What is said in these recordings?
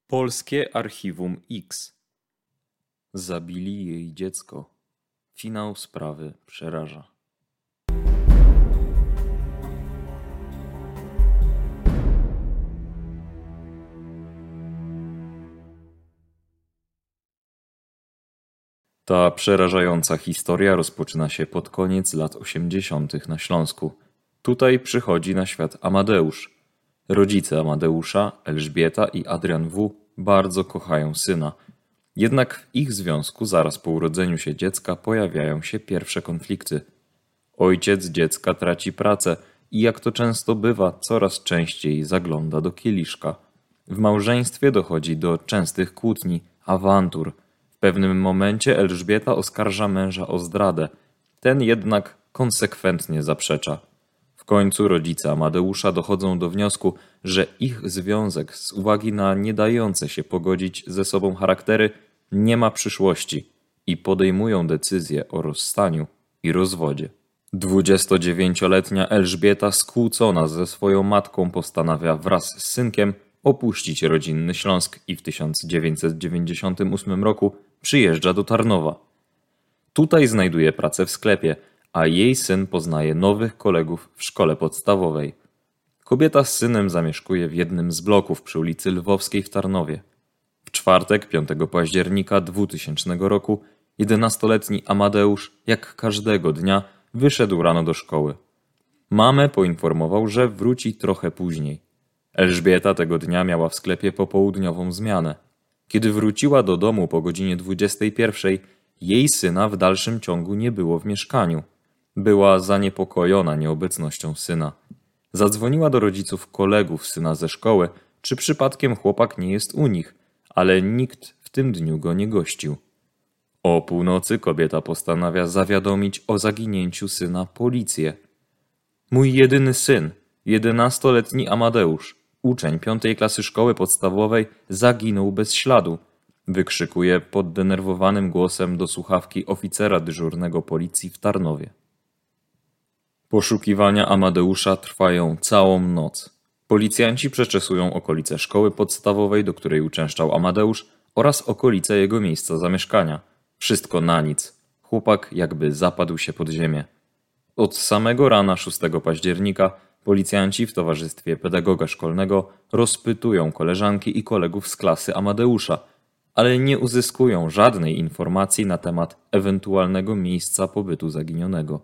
Polskie Archiwum X. Zabili jej dziecko. Finał sprawy przeraża. Ta przerażająca historia rozpoczyna się pod koniec lat 80. na Śląsku. Tutaj przychodzi na świat Amadeusz. Rodzice Amadeusza, Elżbieta i Adrian W., bardzo kochają syna. Jednak w ich związku zaraz po urodzeniu się dziecka pojawiają się pierwsze konflikty. Ojciec dziecka traci pracę i jak to często bywa, coraz częściej zagląda do kieliszka. W małżeństwie dochodzi do częstych kłótni, awantur. W pewnym momencie Elżbieta oskarża męża o zdradę. Ten jednak konsekwentnie zaprzecza. W końcu rodzice Amadeusza dochodzą do wniosku, że ich związek z uwagi na nie dające się pogodzić ze sobą charaktery nie ma przyszłości i podejmują decyzję o rozstaniu i rozwodzie. 29-letnia Elżbieta skłócona ze swoją matką postanawia wraz z synkiem opuścić rodzinny Śląsk i w 1998 roku przyjeżdża do Tarnowa. Tutaj znajduje pracę w sklepie, a jej syn poznaje nowych kolegów w szkole podstawowej. Kobieta z synem zamieszkuje w jednym z bloków przy ulicy Lwowskiej w Tarnowie. W czwartek, 5 października 2000 roku, 11-letni Amadeusz, jak każdego dnia, wyszedł rano do szkoły. Mamę poinformował, że wróci trochę później. Elżbieta tego dnia miała w sklepie popołudniową zmianę. Kiedy wróciła do domu po godzinie 21, jej syna w dalszym ciągu nie było w mieszkaniu. Była zaniepokojona nieobecnością syna. Zadzwoniła do rodziców kolegów syna ze szkoły, czy przypadkiem chłopak nie jest u nich, ale nikt w tym dniu go nie gościł. O północy kobieta postanawia zawiadomić o zaginięciu syna policję. Mój jedyny syn, 11-letni Amadeusz, uczeń 5. klasy szkoły podstawowej, zaginął bez śladu, wykrzykuje poddenerwowanym głosem do słuchawki oficera dyżurnego policji w Tarnowie. Poszukiwania Amadeusza trwają całą noc. Policjanci przeczesują okolice szkoły podstawowej, do której uczęszczał Amadeusz, oraz okolice jego miejsca zamieszkania. Wszystko na nic. Chłopak jakby zapadł się pod ziemię. Od samego rana 6 października policjanci w towarzystwie pedagoga szkolnego rozpytują koleżanki i kolegów z klasy Amadeusza, ale nie uzyskują żadnej informacji na temat ewentualnego miejsca pobytu zaginionego.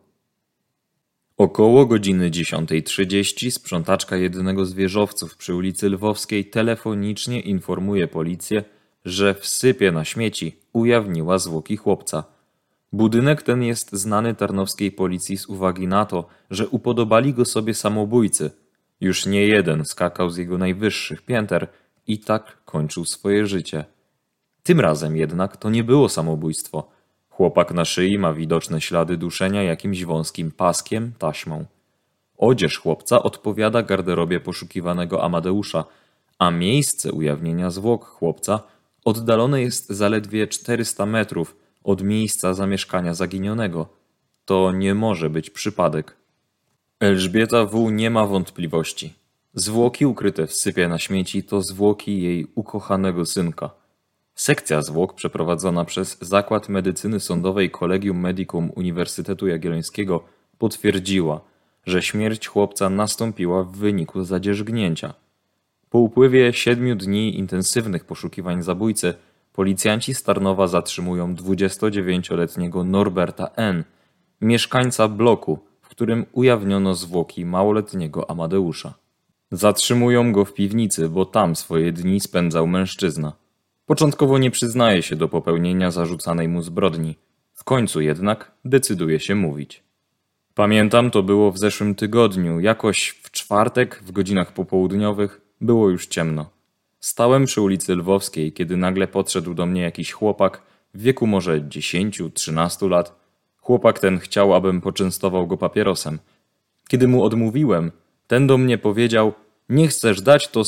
Około godziny 10:30 sprzątaczka jednego z wieżowców przy ulicy Lwowskiej telefonicznie informuje policję, że w sypie na śmieci ujawniła zwłoki chłopca. Budynek ten jest znany tarnowskiej policji z uwagi na to, że upodobali go sobie samobójcy. Już nie jeden skakał z jego najwyższych pięter i tak kończył swoje życie. Tym razem jednak to nie było samobójstwo. Chłopak na szyi ma widoczne ślady duszenia jakimś wąskim paskiem, taśmą. Odzież chłopca odpowiada garderobie poszukiwanego Amadeusza, a miejsce ujawnienia zwłok chłopca oddalone jest zaledwie 400 metrów od miejsca zamieszkania zaginionego. To nie może być przypadek. Elżbieta W. nie ma wątpliwości. Zwłoki ukryte w sypie na śmieci to zwłoki jej ukochanego synka. Sekcja zwłok przeprowadzona przez Zakład Medycyny Sądowej Collegium Medicum Uniwersytetu Jagiellońskiego potwierdziła, że śmierć chłopca nastąpiła w wyniku zadzierzgnięcia. Po upływie 7 dni intensywnych poszukiwań zabójcy, policjanci z Tarnowa zatrzymują 29-letniego Norberta N., mieszkańca bloku, w którym ujawniono zwłoki małoletniego Amadeusza. Zatrzymują go w piwnicy, bo tam swoje dni spędzał mężczyzna. Początkowo nie przyznaje się do popełnienia zarzucanej mu zbrodni. W końcu jednak decyduje się mówić. Pamiętam, to było w zeszłym tygodniu, jakoś w czwartek w godzinach popołudniowych było już ciemno. Stałem przy ulicy Lwowskiej, kiedy nagle podszedł do mnie jakiś chłopak w wieku może 10-13 lat. Chłopak ten chciał, abym poczęstował go papierosem. Kiedy mu odmówiłem, ten do mnie powiedział: nie chcesz dać, to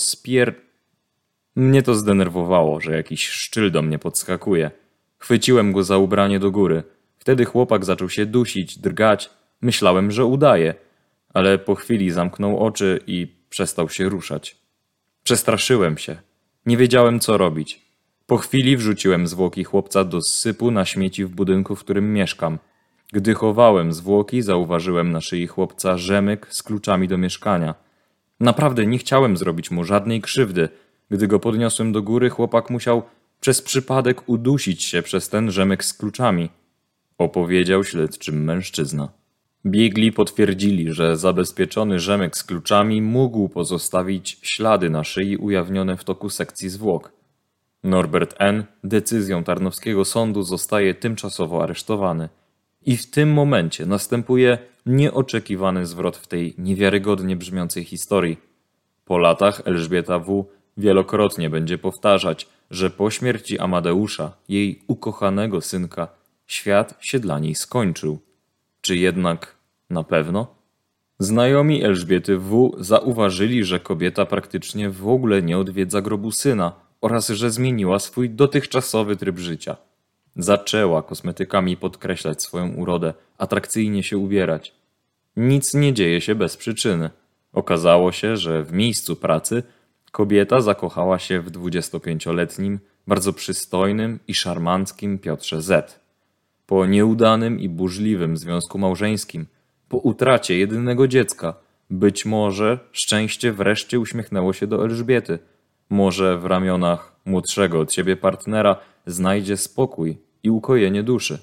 Mnie to zdenerwowało, że jakiś szczyl do mnie podskakuje. Chwyciłem go za ubranie do góry. Wtedy chłopak zaczął się dusić, drgać. Myślałem, że udaje, ale po chwili zamknął oczy i przestał się ruszać. Przestraszyłem się. Nie wiedziałem, co robić. Po chwili wrzuciłem zwłoki chłopca do zsypu na śmieci w budynku, w którym mieszkam. Gdy chowałem zwłoki, zauważyłem na szyi chłopca rzemyk z kluczami do mieszkania. Naprawdę nie chciałem zrobić mu żadnej krzywdy. Gdy go podniosłem do góry, chłopak musiał przez przypadek udusić się przez ten rzemek z kluczami, opowiedział śledczym mężczyzna. Biegli potwierdzili, że zabezpieczony rzemek z kluczami mógł pozostawić ślady na szyi ujawnione w toku sekcji zwłok. Norbert N. decyzją Tarnowskiego Sądu zostaje tymczasowo aresztowany. I w tym momencie następuje nieoczekiwany zwrot w tej niewiarygodnie brzmiącej historii. Po latach Elżbieta W. wielokrotnie będzie powtarzać, że po śmierci Amadeusza, jej ukochanego synka, świat się dla niej skończył. Czy jednak na pewno? Znajomi Elżbiety W. zauważyli, że kobieta praktycznie w ogóle nie odwiedza grobu syna oraz że zmieniła swój dotychczasowy tryb życia. Zaczęła kosmetykami podkreślać swoją urodę, atrakcyjnie się ubierać. Nic nie dzieje się bez przyczyny. Okazało się, że w miejscu pracy kobieta zakochała się w 25-letnim, bardzo przystojnym i szarmanckim Piotrze Z. Po nieudanym i burzliwym związku małżeńskim, po utracie jedynego dziecka, być może szczęście wreszcie uśmiechnęło się do Elżbiety. Może w ramionach młodszego od siebie partnera znajdzie spokój i ukojenie duszy.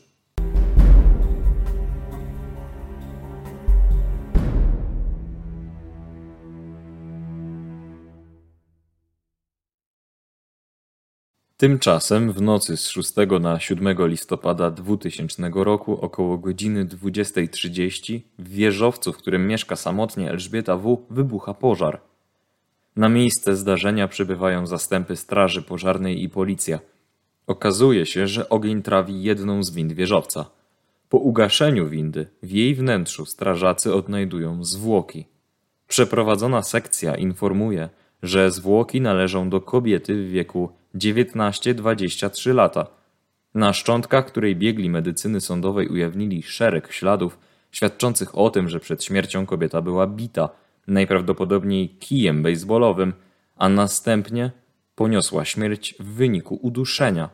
Tymczasem w nocy z 6 na 7 listopada 2000 roku około godziny 20:30 w wieżowcu, w którym mieszka samotnie Elżbieta W., wybucha pożar. Na miejsce zdarzenia przybywają zastępy straży pożarnej i policja. Okazuje się, że ogień trawi jedną z wind wieżowca. Po ugaszeniu windy w jej wnętrzu strażacy odnajdują zwłoki. Przeprowadzona sekcja informuje, że zwłoki należą do kobiety w wieku 19-23 lata. Na szczątkach, której biegli medycyny sądowej ujawnili szereg śladów świadczących o tym, że przed śmiercią kobieta była bita, najprawdopodobniej kijem bejsbolowym, a następnie poniosła śmierć w wyniku uduszenia.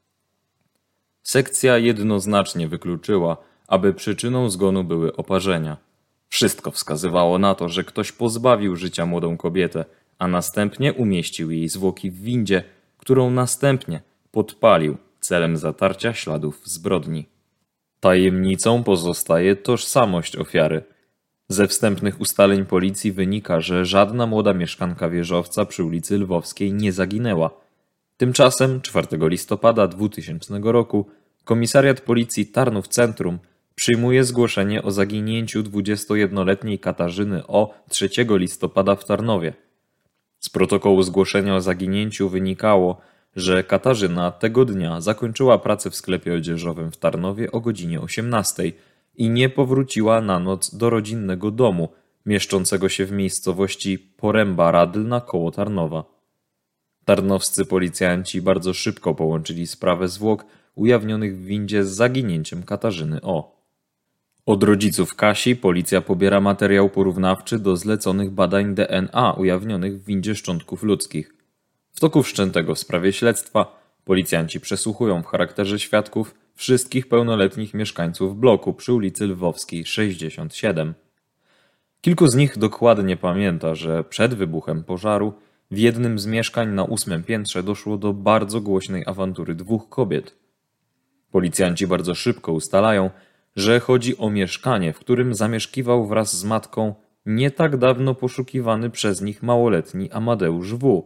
Sekcja jednoznacznie wykluczyła, aby przyczyną zgonu były oparzenia. Wszystko wskazywało na to, że ktoś pozbawił życia młodą kobietę, a następnie umieścił jej zwłoki w windzie, którą następnie podpalił celem zatarcia śladów zbrodni. Tajemnicą pozostaje tożsamość ofiary. Ze wstępnych ustaleń policji wynika, że żadna młoda mieszkanka wieżowca przy ulicy Lwowskiej nie zaginęła. Tymczasem 4 listopada 2000 roku Komisariat Policji Tarnów Centrum przyjmuje zgłoszenie o zaginięciu 21-letniej Katarzyny O. 3 listopada w Tarnowie. Z protokołu zgłoszenia o zaginięciu wynikało, że Katarzyna tego dnia zakończyła pracę w sklepie odzieżowym w Tarnowie o godzinie 18 i nie powróciła na noc do rodzinnego domu, mieszczącego się w miejscowości Poręba-Radlna koło Tarnowa. Tarnowscy policjanci bardzo szybko połączyli sprawę zwłok ujawnionych w windzie z zaginięciem Katarzyny O. Od rodziców Kasi policja pobiera materiał porównawczy do zleconych badań DNA ujawnionych w windzie szczątków ludzkich. W toku wszczętego w sprawie śledztwa policjanci przesłuchują w charakterze świadków wszystkich pełnoletnich mieszkańców bloku przy ulicy Lwowskiej 67. Kilku z nich dokładnie pamięta, że przed wybuchem pożaru w jednym z mieszkań na 8. piętrze doszło do bardzo głośnej awantury 2 kobiet. Policjanci bardzo szybko ustalają, że chodzi o mieszkanie, w którym zamieszkiwał wraz z matką nie tak dawno poszukiwany przez nich małoletni Amadeusz W.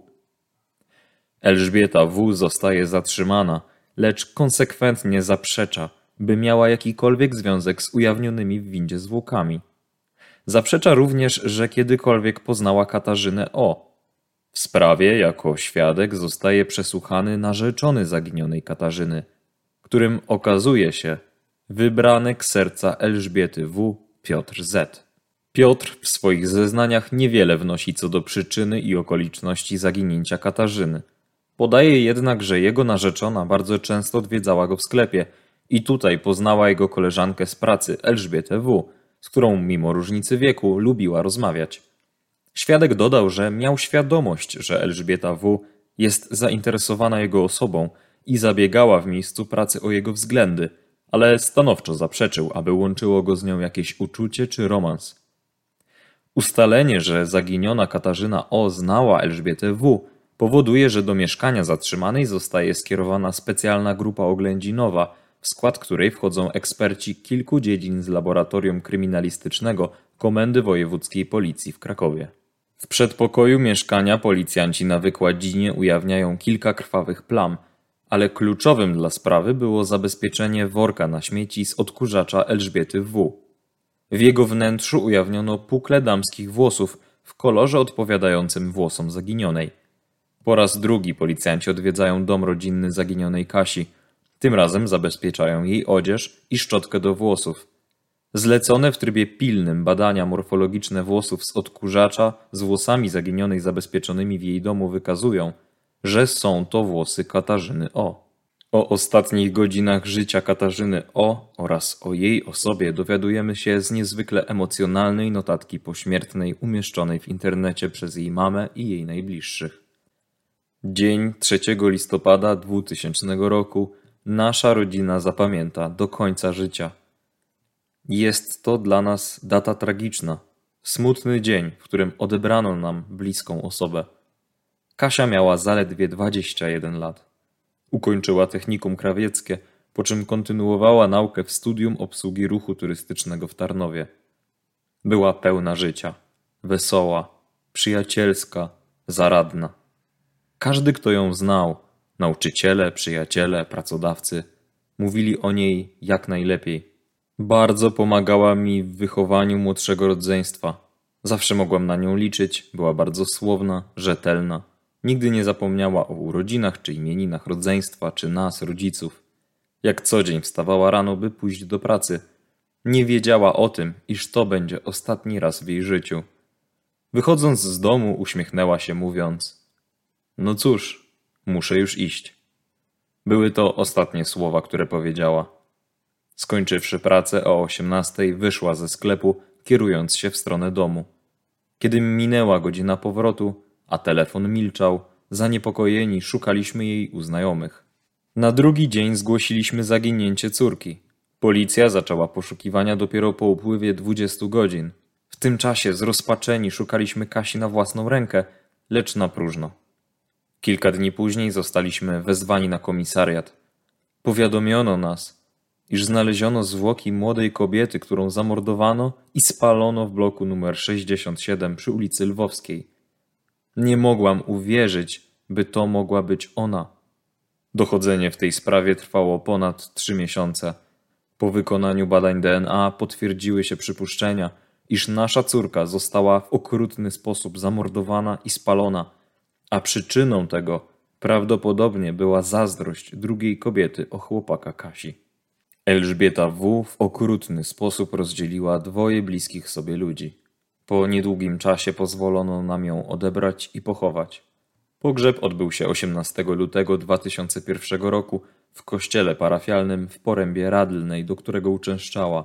Elżbieta W. zostaje zatrzymana, lecz konsekwentnie zaprzecza, by miała jakikolwiek związek z ujawnionymi w windzie zwłokami. Zaprzecza również, że kiedykolwiek poznała Katarzynę O. W sprawie jako świadek zostaje przesłuchany narzeczony zaginionej Katarzyny, którym okazuje się wybranek serca Elżbiety W. Piotr Z. Piotr w swoich zeznaniach niewiele wnosi co do przyczyny i okoliczności zaginięcia Katarzyny. Podaje jednak, że jego narzeczona bardzo często odwiedzała go w sklepie i tutaj poznała jego koleżankę z pracy Elżbietę W., z którą mimo różnicy wieku lubiła rozmawiać. Świadek dodał, że miał świadomość, że Elżbieta W. Jest zainteresowana jego osobą i zabiegała w miejscu pracy o jego względy, ale stanowczo zaprzeczył, aby łączyło go z nią jakieś uczucie czy romans. Ustalenie, że zaginiona Katarzyna O. znała Elżbietę W., powoduje, że do mieszkania zatrzymanej zostaje skierowana specjalna grupa oględzinowa, w skład której wchodzą eksperci kilku dziedzin z Laboratorium Kryminalistycznego Komendy Wojewódzkiej Policji w Krakowie. W przedpokoju mieszkania policjanci na wykładzinie ujawniają kilka krwawych plam, ale kluczowym dla sprawy było zabezpieczenie worka na śmieci z odkurzacza Elżbiety W. W jego wnętrzu ujawniono pukle damskich włosów w kolorze odpowiadającym włosom zaginionej. Po raz drugi policjanci odwiedzają dom rodzinny zaginionej Kasi. Tym razem zabezpieczają jej odzież i szczotkę do włosów. Zlecone w trybie pilnym badania morfologiczne włosów z odkurzacza z włosami zaginionej zabezpieczonymi w jej domu wykazują, że są to włosy Katarzyny O. O ostatnich godzinach życia Katarzyny O. oraz o jej osobie dowiadujemy się z niezwykle emocjonalnej notatki pośmiertnej umieszczonej w internecie przez jej mamę i jej najbliższych. Dzień 3 listopada 2000 roku nasza rodzina zapamięta do końca życia. Jest to dla nas data tragiczna, smutny dzień, w którym odebrano nam bliską osobę. Kasia miała zaledwie 21 lat. Ukończyła technikum krawieckie, po czym kontynuowała naukę w studium obsługi ruchu turystycznego w Tarnowie. Była pełna życia, wesoła, przyjacielska, zaradna. Każdy, kto ją znał, nauczyciele, przyjaciele, pracodawcy, mówili o niej jak najlepiej. Bardzo pomagała mi w wychowaniu młodszego rodzeństwa. Zawsze mogłam na nią liczyć, była bardzo słowna, rzetelna. Nigdy nie zapomniała o urodzinach czy imieninach rodzeństwa, czy nas, rodziców. Jak co dzień wstawała rano, by pójść do pracy. Nie wiedziała o tym, iż to będzie ostatni raz w jej życiu. Wychodząc z domu, uśmiechnęła się, mówiąc: no cóż, muszę już iść. Były to ostatnie słowa, które powiedziała. Skończywszy pracę o 18:00 wyszła ze sklepu, kierując się w stronę domu. Kiedy minęła godzina powrotu, a telefon milczał, zaniepokojeni szukaliśmy jej u znajomych. Na drugi dzień zgłosiliśmy zaginięcie córki. Policja zaczęła poszukiwania dopiero po upływie 20 godzin. W tym czasie zrozpaczeni szukaliśmy Kasi na własną rękę, lecz na próżno. Kilka dni później zostaliśmy wezwani na komisariat. Powiadomiono nas, iż znaleziono zwłoki młodej kobiety, którą zamordowano i spalono w bloku numer 67 przy ulicy Lwowskiej. Nie mogłam uwierzyć, by to mogła być ona. Dochodzenie w tej sprawie trwało ponad 3 miesiące. Po wykonaniu badań DNA potwierdziły się przypuszczenia, iż nasza córka została w okrutny sposób zamordowana i spalona, a przyczyną tego prawdopodobnie była zazdrość drugiej kobiety o chłopaka Kasi. Elżbieta W. w okrutny sposób rozdzieliła dwoje bliskich sobie ludzi. Po niedługim czasie pozwolono nam ją odebrać i pochować. Pogrzeb odbył się 18 lutego 2001 roku w kościele parafialnym w Porębie Radlnej, do którego uczęszczała.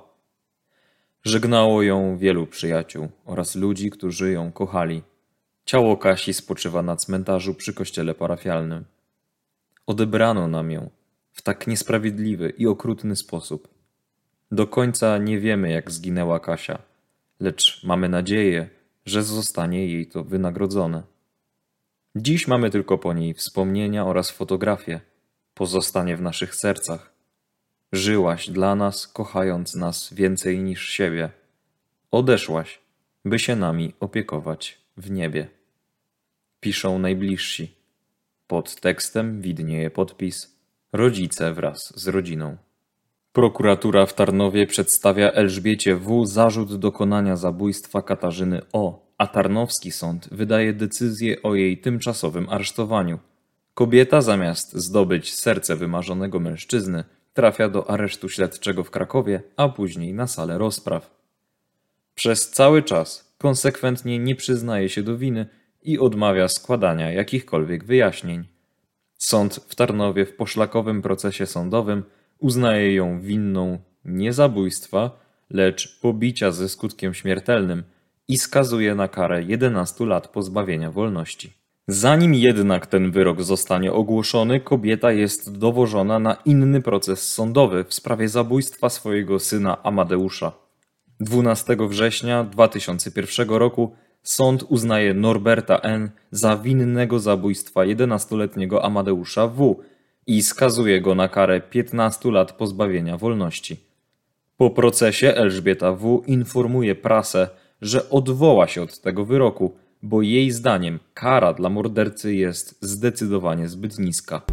Żegnało ją wielu przyjaciół oraz ludzi, którzy ją kochali. Ciało Kasi spoczywa na cmentarzu przy kościele parafialnym. Odebrano nam ją w tak niesprawiedliwy i okrutny sposób. Do końca nie wiemy, jak zginęła Kasia, lecz mamy nadzieję, że zostanie jej to wynagrodzone. Dziś mamy tylko po niej wspomnienia oraz fotografie. Pozostanie w naszych sercach. Żyłaś dla nas, kochając nas więcej niż siebie. Odeszłaś, by się nami opiekować w niebie. Piszą najbliżsi. Pod tekstem widnieje podpis: rodzice wraz z rodziną. Prokuratura w Tarnowie przedstawia Elżbiecie W. zarzut dokonania zabójstwa Katarzyny O., a tarnowski sąd wydaje decyzję o jej tymczasowym aresztowaniu. Kobieta zamiast zdobyć serce wymarzonego mężczyzny trafia do aresztu śledczego w Krakowie, a później na salę rozpraw. Przez cały czas konsekwentnie nie przyznaje się do winy i odmawia składania jakichkolwiek wyjaśnień. Sąd w Tarnowie w poszlakowym procesie sądowym uznaje ją winną nie zabójstwa, lecz pobicia ze skutkiem śmiertelnym i skazuje na karę 11 lat pozbawienia wolności. Zanim jednak ten wyrok zostanie ogłoszony, kobieta jest dowożona na inny proces sądowy w sprawie zabójstwa swojego syna Amadeusza. 12 września 2001 roku sąd uznaje Norberta N. za winnego zabójstwa 11-letniego Amadeusza W. i skazuje go na karę 15 lat pozbawienia wolności. Po procesie Elżbieta W. informuje prasę, że odwoła się od tego wyroku, bo jej zdaniem kara dla mordercy jest zdecydowanie zbyt niska.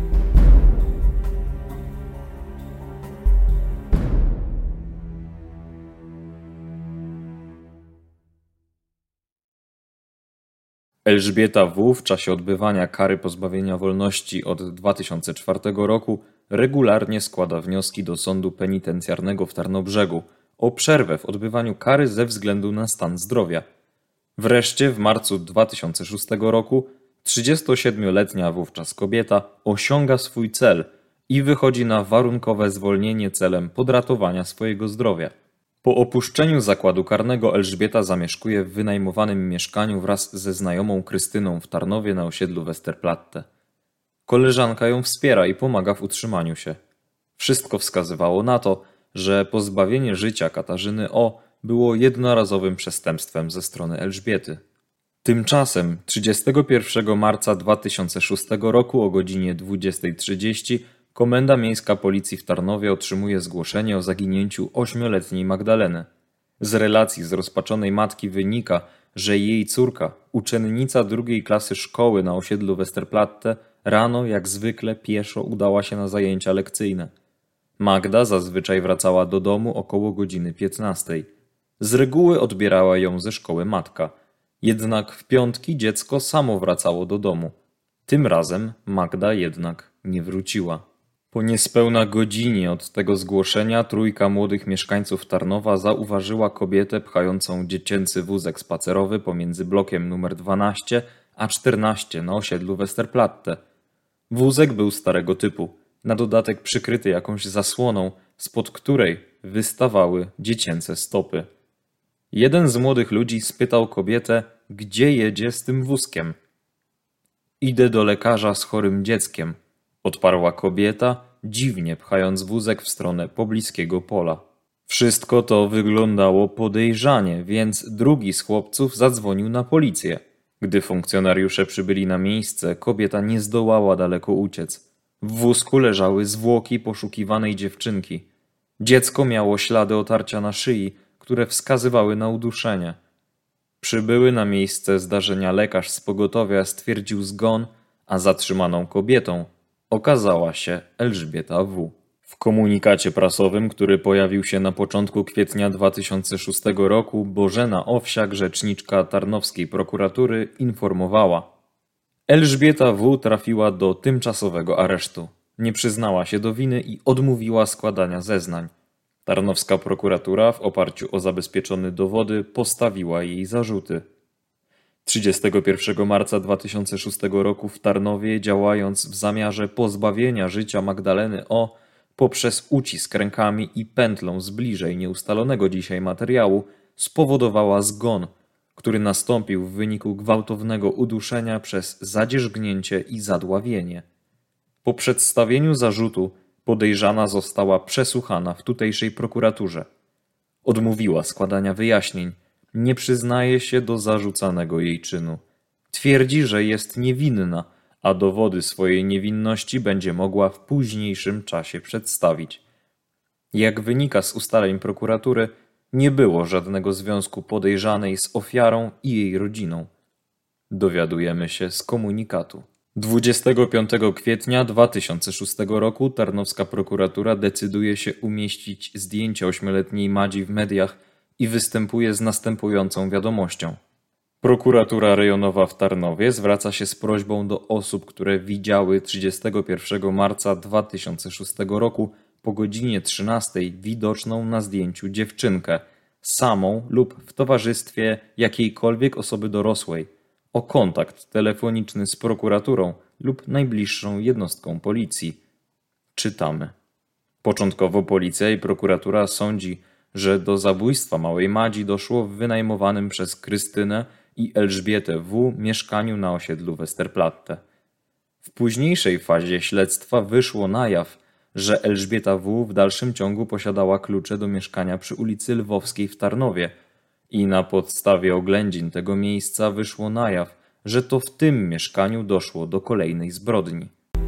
Elżbieta W. w czasie odbywania kary pozbawienia wolności od 2004 roku regularnie składa wnioski do sądu penitencjarnego w Tarnobrzegu o przerwę w odbywaniu kary ze względu na stan zdrowia. Wreszcie w marcu 2006 roku 37-letnia wówczas kobieta osiąga swój cel i wychodzi na warunkowe zwolnienie celem podratowania swojego zdrowia. Po opuszczeniu zakładu karnego Elżbieta zamieszkuje w wynajmowanym mieszkaniu wraz ze znajomą Krystyną w Tarnowie na osiedlu Westerplatte. Koleżanka ją wspiera i pomaga w utrzymaniu się. Wszystko wskazywało na to, że pozbawienie życia Katarzyny O. było jednorazowym przestępstwem ze strony Elżbiety. Tymczasem 31 marca 2006 roku o godzinie 20:30 Komenda Miejska Policji w Tarnowie otrzymuje zgłoszenie o zaginięciu 8-letniej Magdaleny. Z relacji zrozpaczonej matki wynika, że jej córka, uczennica 2. klasy szkoły na osiedlu Westerplatte, rano jak zwykle pieszo udała się na zajęcia lekcyjne. Magda zazwyczaj wracała do domu około godziny 15. Z reguły odbierała ją ze szkoły matka. Jednak w piątki dziecko samo wracało do domu. Tym razem Magda jednak nie wróciła. Po niespełna godzinie od tego zgłoszenia trójka młodych mieszkańców Tarnowa zauważyła kobietę pchającą dziecięcy wózek spacerowy pomiędzy blokiem numer 12 a 14 na osiedlu Westerplatte. Wózek był starego typu, na dodatek przykryty jakąś zasłoną, spod której wystawały dziecięce stopy. Jeden z młodych ludzi spytał kobietę, gdzie jedzie z tym wózkiem. Idę do lekarza z chorym dzieckiem, odparła kobieta, dziwnie pchając wózek w stronę pobliskiego pola. Wszystko to wyglądało podejrzanie, więc drugi z chłopców zadzwonił na policję. Gdy funkcjonariusze przybyli na miejsce, kobieta nie zdołała daleko uciec. W wózku leżały zwłoki poszukiwanej dziewczynki. Dziecko miało ślady otarcia na szyi, które wskazywały na uduszenie. Przybyły na miejsce zdarzenia lekarz z pogotowia stwierdził zgon, a zatrzymaną kobietą okazała się Elżbieta W. W komunikacie prasowym, który pojawił się na początku kwietnia 2006 roku, Bożena Owsiak, rzeczniczka tarnowskiej prokuratury, informowała: Elżbieta W. trafiła do tymczasowego aresztu. Nie przyznała się do winy i odmówiła składania zeznań. Tarnowska prokuratura w oparciu o zabezpieczone dowody postawiła jej zarzuty. 31 marca 2006 roku w Tarnowie, działając w zamiarze pozbawienia życia Magdaleny O. poprzez ucisk rękami i pętlą z bliżej nieustalonego dzisiaj materiału, spowodowała zgon, który nastąpił w wyniku gwałtownego uduszenia przez zadzierzgnięcie i zadławienie. Po przedstawieniu zarzutu podejrzana została przesłuchana w tutejszej prokuraturze. Odmówiła składania wyjaśnień, nie przyznaje się do zarzucanego jej czynu. Twierdzi, że jest niewinna, a dowody swojej niewinności będzie mogła w późniejszym czasie przedstawić. Jak wynika z ustaleń prokuratury, nie było żadnego związku podejrzanej z ofiarą i jej rodziną. Dowiadujemy się z komunikatu. 25 kwietnia 2006 roku tarnowska prokuratura decyduje się umieścić zdjęcie 8-letniej Madzi w mediach i występuje z następującą wiadomością. Prokuratura rejonowa w Tarnowie zwraca się z prośbą do osób, które widziały 31 marca 2006 roku po godzinie 13 widoczną na zdjęciu dziewczynkę, samą lub w towarzystwie jakiejkolwiek osoby dorosłej, o kontakt telefoniczny z prokuraturą lub najbliższą jednostką policji. Czytamy. Początkowo policja i prokuratura sądzi, że do zabójstwa małej Madzi doszło w wynajmowanym przez Krystynę i Elżbietę W. mieszkaniu na osiedlu Westerplatte. W późniejszej fazie śledztwa wyszło na jaw, że Elżbieta W. w dalszym ciągu posiadała klucze do mieszkania przy ulicy Lwowskiej w Tarnowie i na podstawie oględzin tego miejsca wyszło na jaw, że to w tym mieszkaniu doszło do kolejnej zbrodni.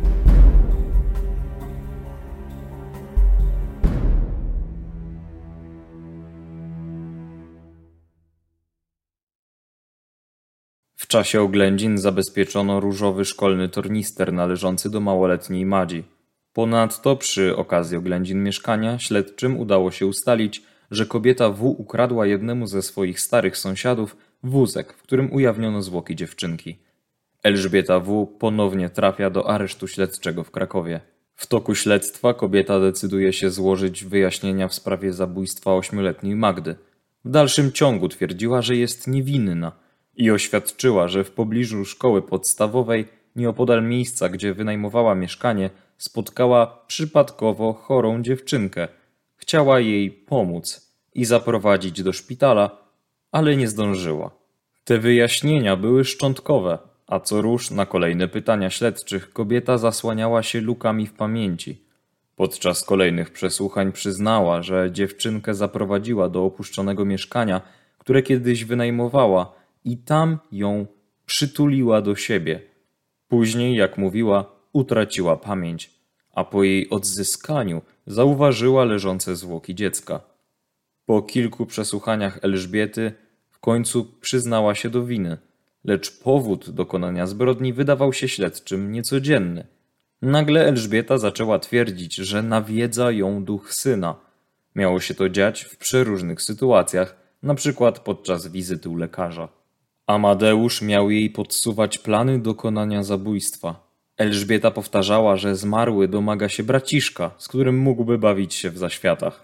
W czasie oględzin zabezpieczono różowy szkolny tornister należący do małoletniej Madzi. Ponadto przy okazji oględzin mieszkania śledczym udało się ustalić, że kobieta W. ukradła jednemu ze swoich starych sąsiadów wózek, w którym ujawniono zwłoki dziewczynki. Elżbieta W. ponownie trafia do aresztu śledczego w Krakowie. W toku śledztwa kobieta decyduje się złożyć wyjaśnienia w sprawie zabójstwa 8-letniej Magdy. W dalszym ciągu twierdziła, że jest niewinna i oświadczyła, że w pobliżu szkoły podstawowej, nieopodal miejsca, gdzie wynajmowała mieszkanie, spotkała przypadkowo chorą dziewczynkę. Chciała jej pomóc i zaprowadzić do szpitala, ale nie zdążyła. Te wyjaśnienia były szczątkowe, a co rusz na kolejne pytania śledczych kobieta zasłaniała się lukami w pamięci. Podczas kolejnych przesłuchań przyznała, że dziewczynkę zaprowadziła do opuszczonego mieszkania, które kiedyś wynajmowała i tam ją przytuliła do siebie. Później, jak mówiła, utraciła pamięć, a po jej odzyskaniu zauważyła leżące zwłoki dziecka. Po kilku przesłuchaniach Elżbiety w końcu przyznała się do winy, lecz powód dokonania zbrodni wydawał się śledczym niecodzienny. Nagle Elżbieta zaczęła twierdzić, że nawiedza ją duch syna. Miało się to dziać w przeróżnych sytuacjach, na przykład podczas wizyty u lekarza. Amadeusz miał jej podsuwać plany dokonania zabójstwa. Elżbieta powtarzała, że zmarły domaga się braciszka, z którym mógłby bawić się w zaświatach.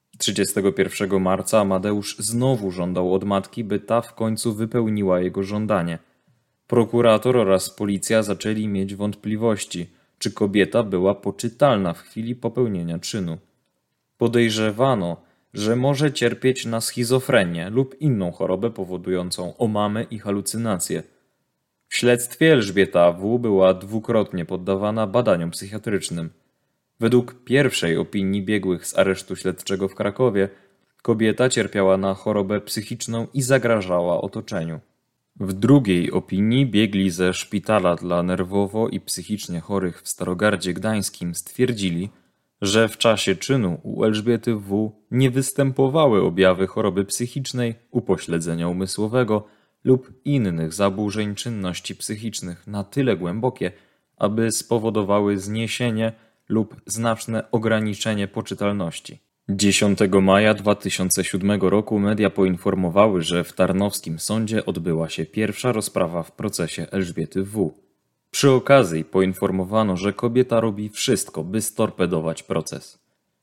31 marca Amadeusz znowu żądał od matki, by ta w końcu wypełniła jego żądanie. Prokurator oraz policja zaczęli mieć wątpliwości, czy kobieta była poczytalna w chwili popełnienia czynu. Podejrzewano, że może cierpieć na schizofrenię lub inną chorobę powodującą omamę i halucynacje. W śledztwie Elżbieta W. była dwukrotnie poddawana badaniom psychiatrycznym. Według pierwszej opinii biegłych z aresztu śledczego w Krakowie kobieta cierpiała na chorobę psychiczną i zagrażała otoczeniu. W drugiej opinii biegli ze szpitala dla nerwowo i psychicznie chorych w Starogardzie Gdańskim stwierdzili, że w czasie czynu u Elżbiety W. nie występowały objawy choroby psychicznej, upośledzenia umysłowego lub innych zaburzeń czynności psychicznych na tyle głębokie, aby spowodowały zniesienie lub znaczne ograniczenie poczytalności. 10 maja 2007 roku media poinformowały, że w tarnowskim sądzie odbyła się pierwsza rozprawa w procesie Elżbiety W. Przy okazji poinformowano, że kobieta robi wszystko, by storpedować proces.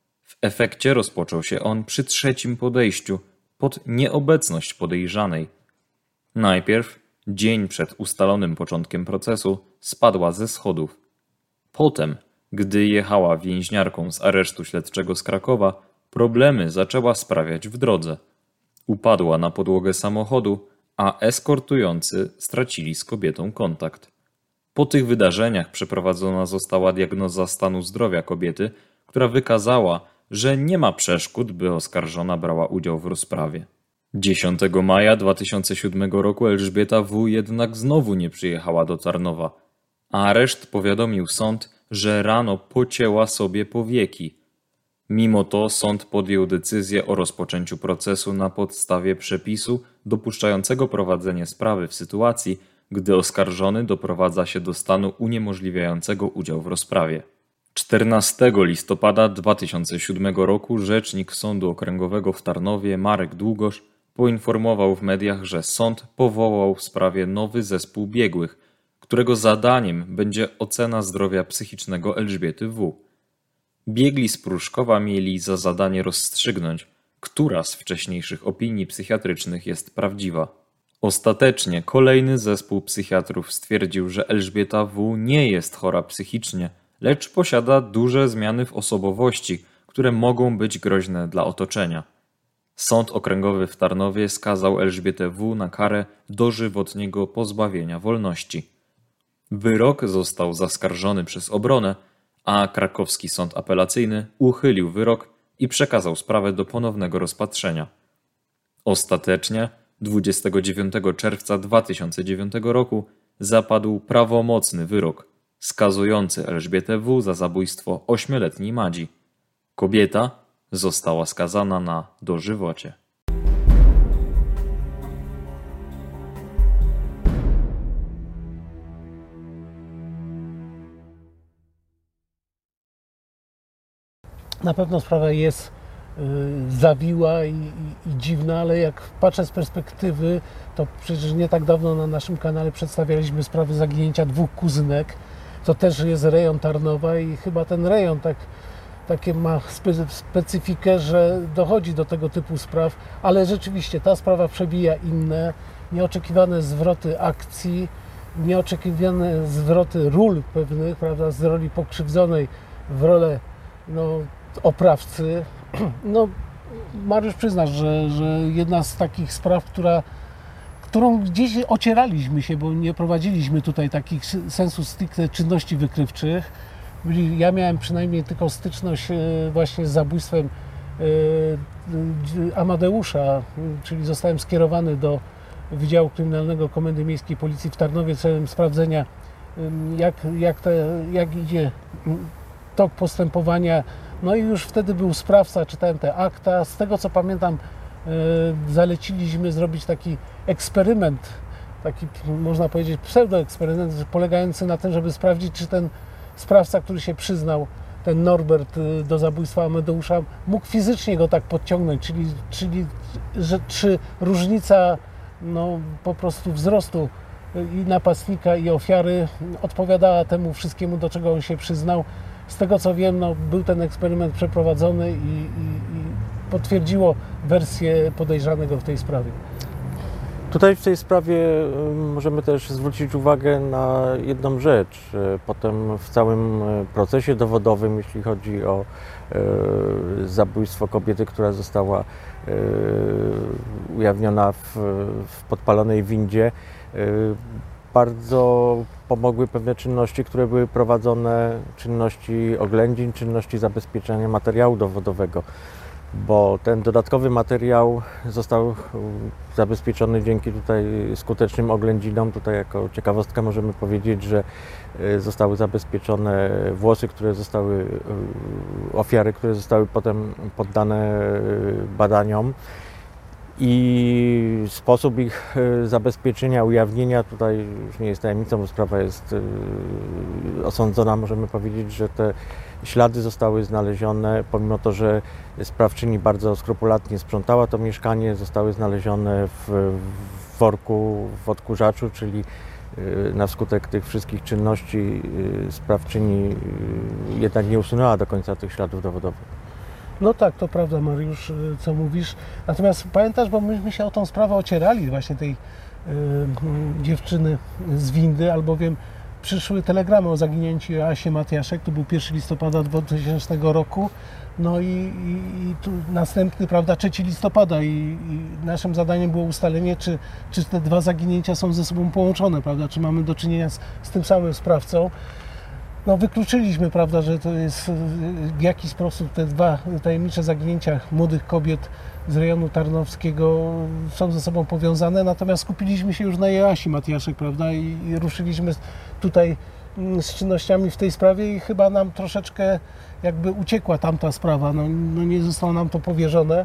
W efekcie rozpoczął się on przy trzecim podejściu, pod nieobecność podejrzanej. Najpierw, dzień przed ustalonym początkiem procesu, spadła ze schodów. Potem, gdy jechała więźniarką z aresztu śledczego z Krakowa, problemy zaczęła sprawiać w drodze. Upadła na podłogę samochodu, a eskortujący stracili z kobietą kontakt. Po tych wydarzeniach przeprowadzona została diagnoza stanu zdrowia kobiety, która wykazała, że nie ma przeszkód, by oskarżona brała udział w rozprawie. 10 maja 2007 roku Elżbieta W. jednak znowu nie przyjechała do Tarnowa. Areszt powiadomił sąd, że rano pocięła sobie powieki. Mimo to sąd podjął decyzję o rozpoczęciu procesu na podstawie przepisu dopuszczającego prowadzenie sprawy w sytuacji, gdy oskarżony doprowadza się do stanu uniemożliwiającego udział w rozprawie. 14 listopada 2007 roku rzecznik Sądu Okręgowego w Tarnowie Marek Długosz poinformował w mediach, że sąd powołał w sprawie nowy zespół biegłych, którego zadaniem będzie ocena zdrowia psychicznego Elżbiety W. Biegli z Pruszkowa mieli za zadanie rozstrzygnąć, która z wcześniejszych opinii psychiatrycznych jest prawdziwa. Ostatecznie kolejny zespół psychiatrów stwierdził, że Elżbieta W. nie jest chora psychicznie, lecz posiada duże zmiany w osobowości, które mogą być groźne dla otoczenia. Sąd Okręgowy w Tarnowie skazał Elżbietę W. na karę dożywotniego pozbawienia wolności. Wyrok został zaskarżony przez obronę, a krakowski sąd apelacyjny uchylił wyrok i przekazał sprawę do ponownego rozpatrzenia. Ostatecznie 29 czerwca 2009 roku zapadł prawomocny wyrok skazujący Elżbietę W. za zabójstwo 8-letniej Madzi. Kobieta została skazana na dożywocie. Na pewno sprawa jest zawiła i dziwna, ale jak patrzę z perspektywy, to przecież nie tak dawno na naszym kanale przedstawialiśmy sprawę zaginięcia 2 kuzynek. To też jest rejon Tarnowa i chyba ten rejon takie ma specyfikę, że dochodzi do tego typu spraw, ale rzeczywiście ta sprawa przebija inne, nieoczekiwane zwroty akcji, nieoczekiwane zwroty ról pewnych, prawda, z roli pokrzywdzonej w rolę oprawcy. Mariusz, przyznasz, że jedna z takich spraw, którą gdzieś ocieraliśmy się, bo nie prowadziliśmy tutaj takich sensu stricte czynności wykrywczych. Ja miałem przynajmniej tylko styczność właśnie z zabójstwem Amadeusza, czyli zostałem skierowany do Wydziału Kryminalnego Komendy Miejskiej Policji w Tarnowie celem sprawdzenia, jak idzie tok postępowania. No i już wtedy był sprawca, czytałem te akta. Z tego co pamiętam, zaleciliśmy zrobić taki eksperyment, taki można powiedzieć pseudoeksperyment, polegający na tym, żeby sprawdzić, czy ten sprawca, który się przyznał, ten Norbert, do zabójstwa Amadeusza, mógł fizycznie go tak podciągnąć, czy różnica po prostu wzrostu i napastnika, i ofiary odpowiadała temu wszystkiemu, do czego on się przyznał. Z tego co wiem, był ten eksperyment przeprowadzony i potwierdziło wersję podejrzanego w tej sprawie. Tutaj w tej sprawie możemy też zwrócić uwagę na jedną rzecz. Potem w całym procesie dowodowym, jeśli chodzi o zabójstwo kobiety, która została ujawniona w podpalonej windzie, bardzo pomogły pewne czynności, które były prowadzone, czynności oględzin, czynności zabezpieczenia materiału dowodowego, bo ten dodatkowy materiał został zabezpieczony dzięki tutaj skutecznym oględzinom. Tutaj jako ciekawostka możemy powiedzieć, że zostały zabezpieczone włosy, ofiary, które zostały potem poddane badaniom. I sposób ich zabezpieczenia, ujawnienia tutaj już nie jest tajemnicą, bo sprawa jest osądzona. Możemy powiedzieć, że te ślady zostały znalezione, pomimo to, że sprawczyni bardzo skrupulatnie sprzątała to mieszkanie, zostały znalezione w worku, w odkurzaczu, czyli na skutek tych wszystkich czynności sprawczyni jednak nie usunęła do końca tych śladów dowodowych. No tak, to prawda, Mariusz, co mówisz. Natomiast pamiętasz, bo myśmy się o tą sprawę ocierali, właśnie tej dziewczyny z windy, albowiem przyszły telegramy o zaginięciu Asi Matiaszek, to był 1 listopada 2000 roku, no i tu następny, prawda, 3 listopada i naszym zadaniem było ustalenie, czy te 2 zaginięcia są ze sobą połączone, prawda, czy mamy do czynienia z tym samym sprawcą. Wykluczyliśmy, prawda, że to jest w jakiś sposób te 2 tajemnicze zaginięcia młodych kobiet z rejonu tarnowskiego są ze sobą powiązane, natomiast skupiliśmy się już na Asi Matiaszek, prawda, i ruszyliśmy tutaj z czynnościami w tej sprawie i chyba nam troszeczkę jakby uciekła tamta sprawa, nie zostało nam to powierzone.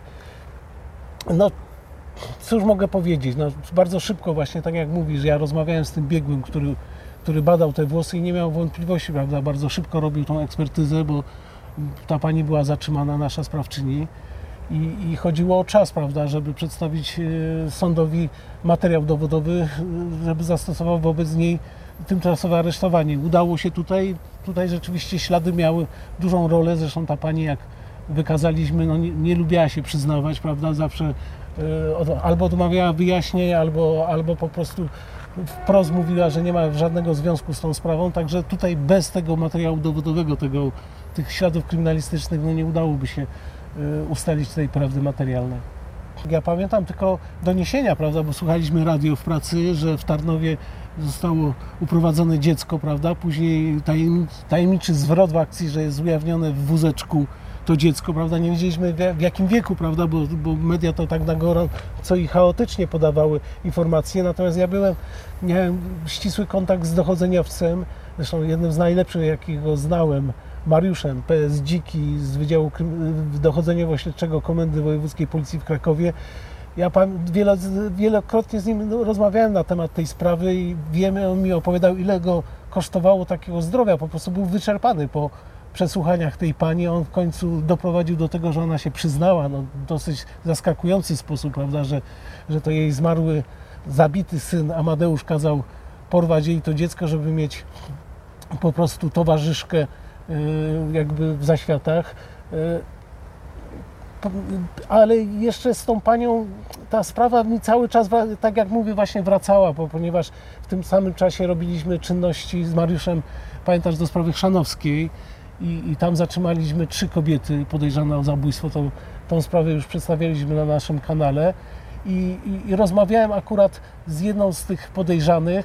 Cóż mogę powiedzieć, bardzo szybko właśnie, tak jak mówisz, ja rozmawiałem z tym biegłym, który badał te włosy i nie miał wątpliwości, prawda, bardzo szybko robił tą ekspertyzę, bo ta pani była zatrzymana, nasza sprawczyni, i chodziło o czas, prawda, żeby przedstawić sądowi materiał dowodowy, żeby zastosował wobec niej tymczasowe aresztowanie. Udało się tutaj rzeczywiście ślady miały dużą rolę, zresztą ta pani, jak wykazaliśmy, nie lubiła się przyznawać, prawda, zawsze albo odmawiała wyjaśnień, albo po prostu wprost mówiła, że nie ma żadnego związku z tą sprawą, także tutaj bez tego materiału dowodowego, tych śladów kryminalistycznych, nie udałoby się ustalić tej prawdy materialnej. Ja pamiętam tylko doniesienia, prawda, bo słuchaliśmy radio w pracy, że w Tarnowie zostało uprowadzone dziecko, prawda, później tajemniczy zwrot w akcji, że jest ujawnione w wózeczku to dziecko, prawda, nie wiedzieliśmy w jakim wieku, prawda, bo media to tak na gorąco i chaotycznie podawały informacje, natomiast ja miałem ścisły kontakt z dochodzeniowcem, zresztą jednym z najlepszych, jakiego znałem, Mariuszem PS Dziki z Wydziału Dochodzeniowo-Śledczego Komendy Wojewódzkiej Policji w Krakowie. Ja wielokrotnie z nim rozmawiałem na temat tej sprawy i wiemy, on mi opowiadał, ile go kosztowało takiego zdrowia. Po prostu był wyczerpany po przesłuchaniach tej pani. On w końcu doprowadził do tego, że ona się przyznała, no, w dosyć zaskakujący sposób, prawda, że to jej zmarły, zabity syn Amadeusz kazał porwać jej to dziecko, żeby mieć po prostu towarzyszkę jakby w zaświatach. Ale jeszcze z tą panią ta sprawa mi cały czas, tak jak mówię, właśnie wracała, ponieważ w tym samym czasie robiliśmy czynności z Mariuszem, pamiętasz, do sprawy chrzanowskiej i tam zatrzymaliśmy 3 kobiety podejrzane o zabójstwo. Tą sprawę już przedstawialiśmy na naszym kanale i rozmawiałem akurat z jedną z tych podejrzanych,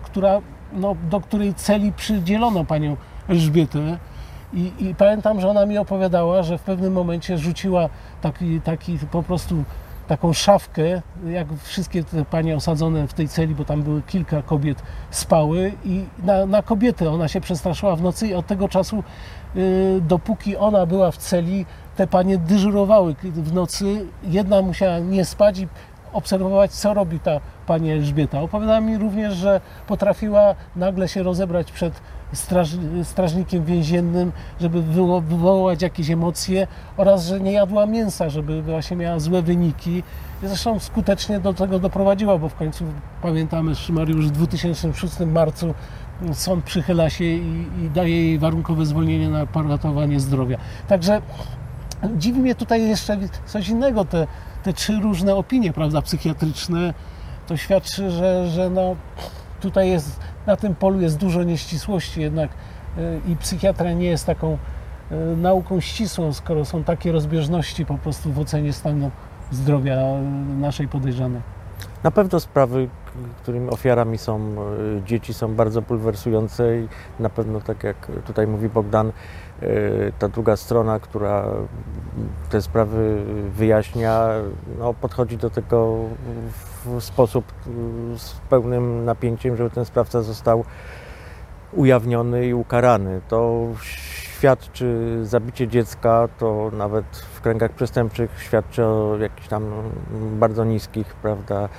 do której celi przydzielono panią Elżbietę. I pamiętam, że ona mi opowiadała, że w pewnym momencie rzuciła taki po prostu taką szafkę, jak wszystkie te panie osadzone w tej celi, bo tam były kilka kobiet, spały i na kobietę ona się przestraszyła w nocy i od tego czasu, dopóki ona była w celi, te panie dyżurowały w nocy. Jedna musiała nie spać i obserwować, co robi ta pani Elżbieta. Opowiadała mi również, że potrafiła nagle się rozebrać przed strażnikiem więziennym, żeby wywołać jakieś emocje, oraz że nie jadła mięsa, żeby właśnie miała złe wyniki. Zresztą skutecznie do tego doprowadziła, bo w końcu pamiętamy, że Mariusz w 2006 marcu sąd przychyla się i daje jej warunkowe zwolnienie na ratowanie zdrowia. Także dziwi mnie tutaj jeszcze coś innego, te 3 różne opinie, prawda, psychiatryczne. To świadczy, że no, tutaj jest, na tym polu jest dużo nieścisłości jednak i psychiatria nie jest taką nauką ścisłą, skoro są takie rozbieżności po prostu w ocenie stanu zdrowia naszej podejrzanej. Na pewno sprawy, którymi ofiarami są dzieci, są bardzo bulwersujące i na pewno, tak jak tutaj mówi Bogdan, ta druga strona, która te sprawy wyjaśnia, no, podchodzi do tego w sposób z pełnym napięciem, żeby ten sprawca został ujawniony i ukarany. To świadczy, zabicie dziecka to nawet w kręgach przestępczych świadczy o jakichś tam bardzo niskich, prawda,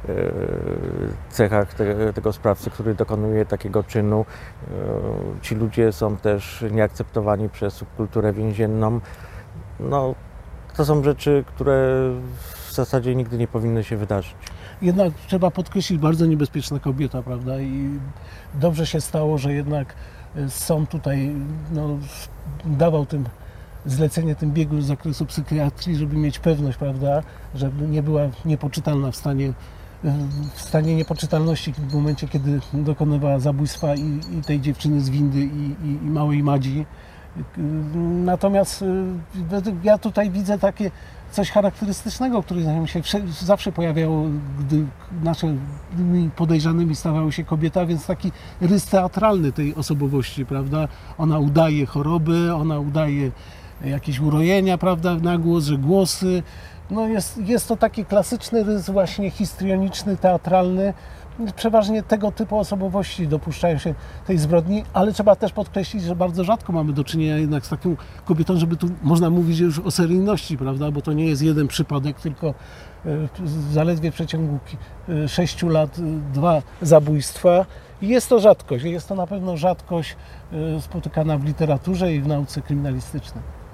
cechach tego sprawcy, który dokonuje takiego czynu. Ci ludzie są też nieakceptowani przez subkulturę więzienną. No, to są rzeczy, które w zasadzie nigdy nie powinny się wydarzyć. Jednak trzeba podkreślić, bardzo niebezpieczna kobieta, prawda, i dobrze się stało, że jednak sąd tutaj dawał zlecenie tym biegłym z zakresu psychiatrii, żeby mieć pewność, prawda, żeby nie była niepoczytalna w stanie niepoczytalności w momencie, kiedy dokonywała zabójstwa i tej dziewczyny z windy i małej Madzi. Natomiast ja tutaj widzę takie coś charakterystycznego, które się zawsze pojawiało, gdy naszymi podejrzanymi stawały się kobieta, więc taki rys teatralny tej osobowości, prawda? Ona udaje choroby, ona udaje jakieś urojenia, prawda, na głos, że głosy. No jest to taki klasyczny rys właśnie histrioniczny, teatralny. Przeważnie tego typu osobowości dopuszczają się tej zbrodni, ale trzeba też podkreślić, że bardzo rzadko mamy do czynienia jednak z taką kobietą, żeby tu można mówić już o seryjności, prawda, bo to nie jest jeden przypadek, tylko zaledwie w przeciągu 6 lat 2 zabójstwa. I jest to rzadkość, jest to na pewno rzadkość spotykana w literaturze i w nauce kryminalistycznej.